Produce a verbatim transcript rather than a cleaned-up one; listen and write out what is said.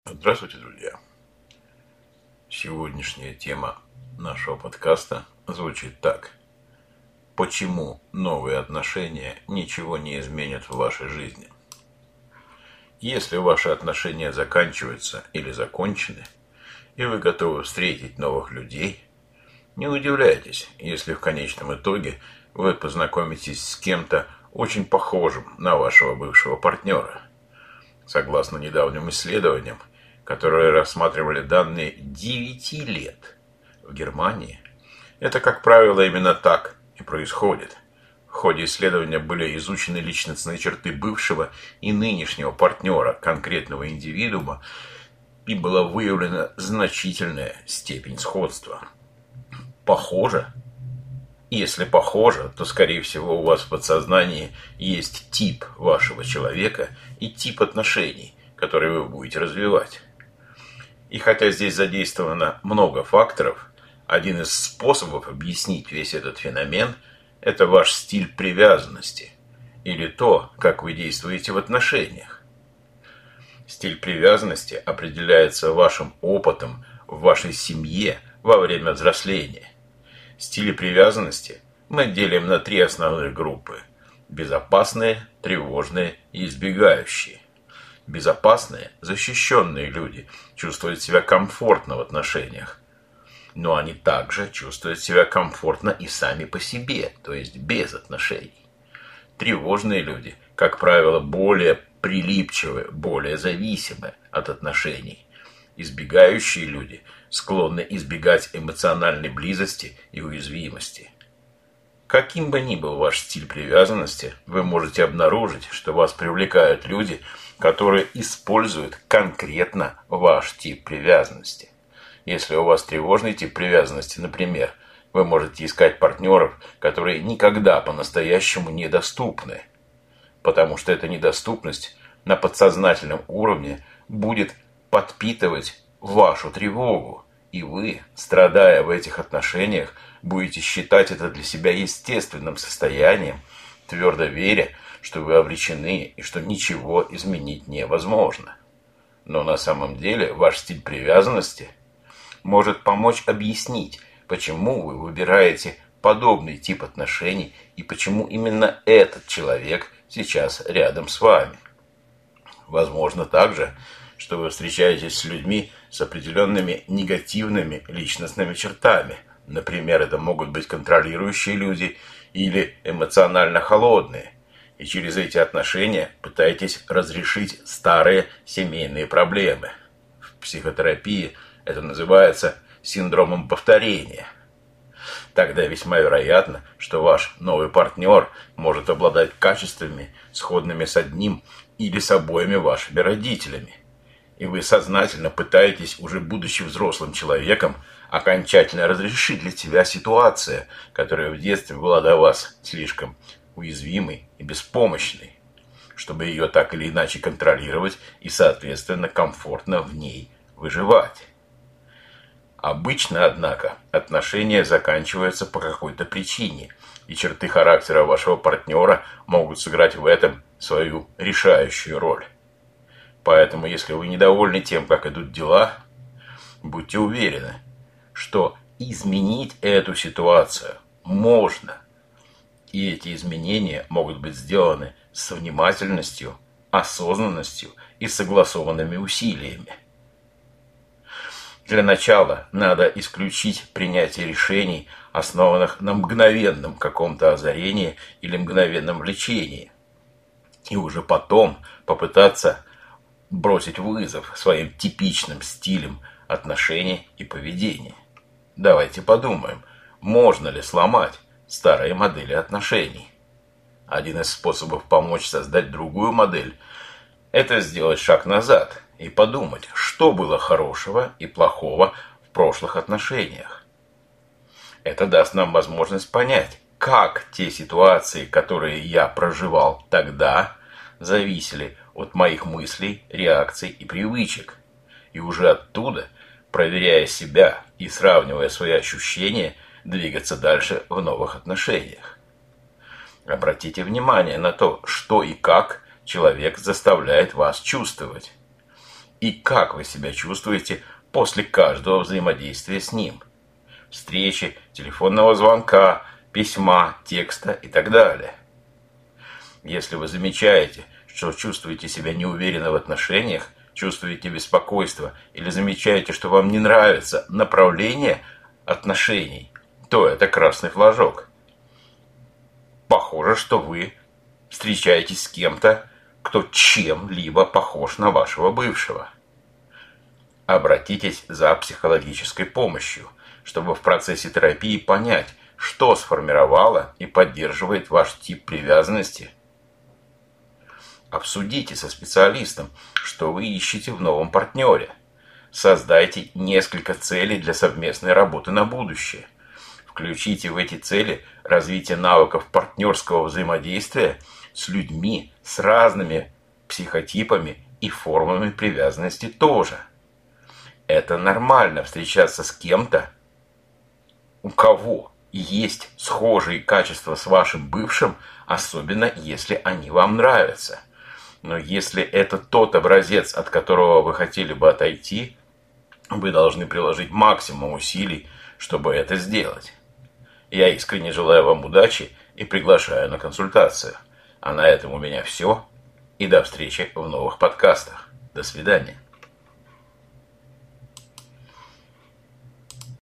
Здравствуйте, друзья! Сегодняшняя тема нашего подкаста звучит так. Почему новые отношения ничего не изменят в вашей жизни? Если ваши отношения заканчиваются или закончены, и вы готовы встретить новых людей, не удивляйтесь, если в конечном итоге вы познакомитесь с кем-то очень похожим на вашего бывшего партнера. Согласно недавним исследованиям, которые рассматривали данные девяти лет в Германии, это, как правило, именно так и происходит. В ходе исследования были изучены личностные черты бывшего и нынешнего партнера конкретного индивидуума, и была выявлена значительная степень сходства. Похоже? Если похоже, то, скорее всего, у вас в подсознании есть тип вашего человека и тип отношений, которые вы будете развивать. И хотя здесь задействовано много факторов, один из способов объяснить весь этот феномен – это ваш стиль привязанности, или то, как вы действуете в отношениях. Стиль привязанности определяется вашим опытом в вашей семье во время взросления. Стили привязанности мы делим на три основных группы – безопасные, тревожные и избегающие. Безопасные, защищенные люди чувствуют себя комфортно в отношениях, но они также чувствуют себя комфортно и сами по себе, то есть без отношений. Тревожные люди, как правило, более прилипчивы, более зависимы от отношений. Избегающие люди склонны избегать эмоциональной близости и уязвимости. Каким бы ни был ваш стиль привязанности, вы можете обнаружить, что вас привлекают люди, которые используют конкретно ваш тип привязанности. Если у вас тревожный тип привязанности, например, вы можете искать партнеров, которые никогда по-настоящему недоступны, потому что эта недоступность на подсознательном уровне будет подпитывать вашу тревогу, и вы, страдая в этих отношениях, будете считать это для себя естественным состоянием, твердо веря, что вы обречены и что ничего изменить невозможно. Но на самом деле ваш стиль привязанности может помочь объяснить, почему вы выбираете подобный тип отношений и почему именно этот человек сейчас рядом с вами. Возможно также, что вы встречаетесь с людьми с определенными негативными личностными чертами. Например, это могут быть контролирующие люди или эмоционально холодные. И через эти отношения пытаетесь разрешить старые семейные проблемы. В психотерапии это называется синдромом повторения. Тогда весьма вероятно, что ваш новый партнер может обладать качествами, сходными с одним или с обоими вашими родителями. И вы сознательно пытаетесь, уже будучи взрослым человеком, окончательно разрешить для себя ситуацию, которая в детстве была для вас слишком уязвимой и беспомощной, чтобы ее так или иначе контролировать и, соответственно, комфортно в ней выживать. Обычно, однако, отношения заканчиваются по какой-то причине, и черты характера вашего партнера могут сыграть в этом свою решающую роль. Поэтому, если вы недовольны тем, как идут дела, будьте уверены, что изменить эту ситуацию можно. И эти изменения могут быть сделаны с внимательностью, осознанностью и согласованными усилиями. Для начала надо исключить принятие решений, основанных на мгновенном каком-то озарении или мгновенном влечении. И уже потом попытаться бросить вызов своим типичным стилям отношений и поведения. Давайте подумаем, можно ли сломать старые модели отношений. Один из способов помочь создать другую модель – это сделать шаг назад и подумать, что было хорошего и плохого в прошлых отношениях. Это даст нам возможность понять, как те ситуации, которые я проживал тогда, зависели от моих мыслей, реакций и привычек. И уже оттуда, проверяя себя и сравнивая свои ощущения, двигаться дальше в новых отношениях. Обратите внимание на то, что и как человек заставляет вас чувствовать. и как вы себя чувствуете после каждого взаимодействия с ним. Встречи, телефонного звонка, письма, текста и так далее. Если вы замечаете, что чувствуете себя неуверенно в отношениях, чувствуете беспокойство или замечаете, что вам не нравится направление отношений, то это красный флажок. Похоже, что вы встречаетесь с кем-то, кто чем-либо похож на вашего бывшего. Обратитесь за психологической помощью, чтобы в процессе терапии понять, что сформировало и поддерживает ваш тип привязанности. Обсудите со специалистом, что вы ищете в новом партнере. Создайте несколько целей для совместной работы на будущее. Включите в эти цели развитие навыков партнерского взаимодействия с людьми с разными психотипами и формами привязанности тоже. Это нормально встречаться с кем-то, у кого есть схожие качества с вашим бывшим, особенно если они вам нравятся. Но если это тот образец, от которого вы хотели бы отойти, вы должны приложить максимум усилий, чтобы это сделать. Я искренне желаю вам удачи и приглашаю на консультацию. А на этом у меня все. И до встречи в новых подкастах. До свидания.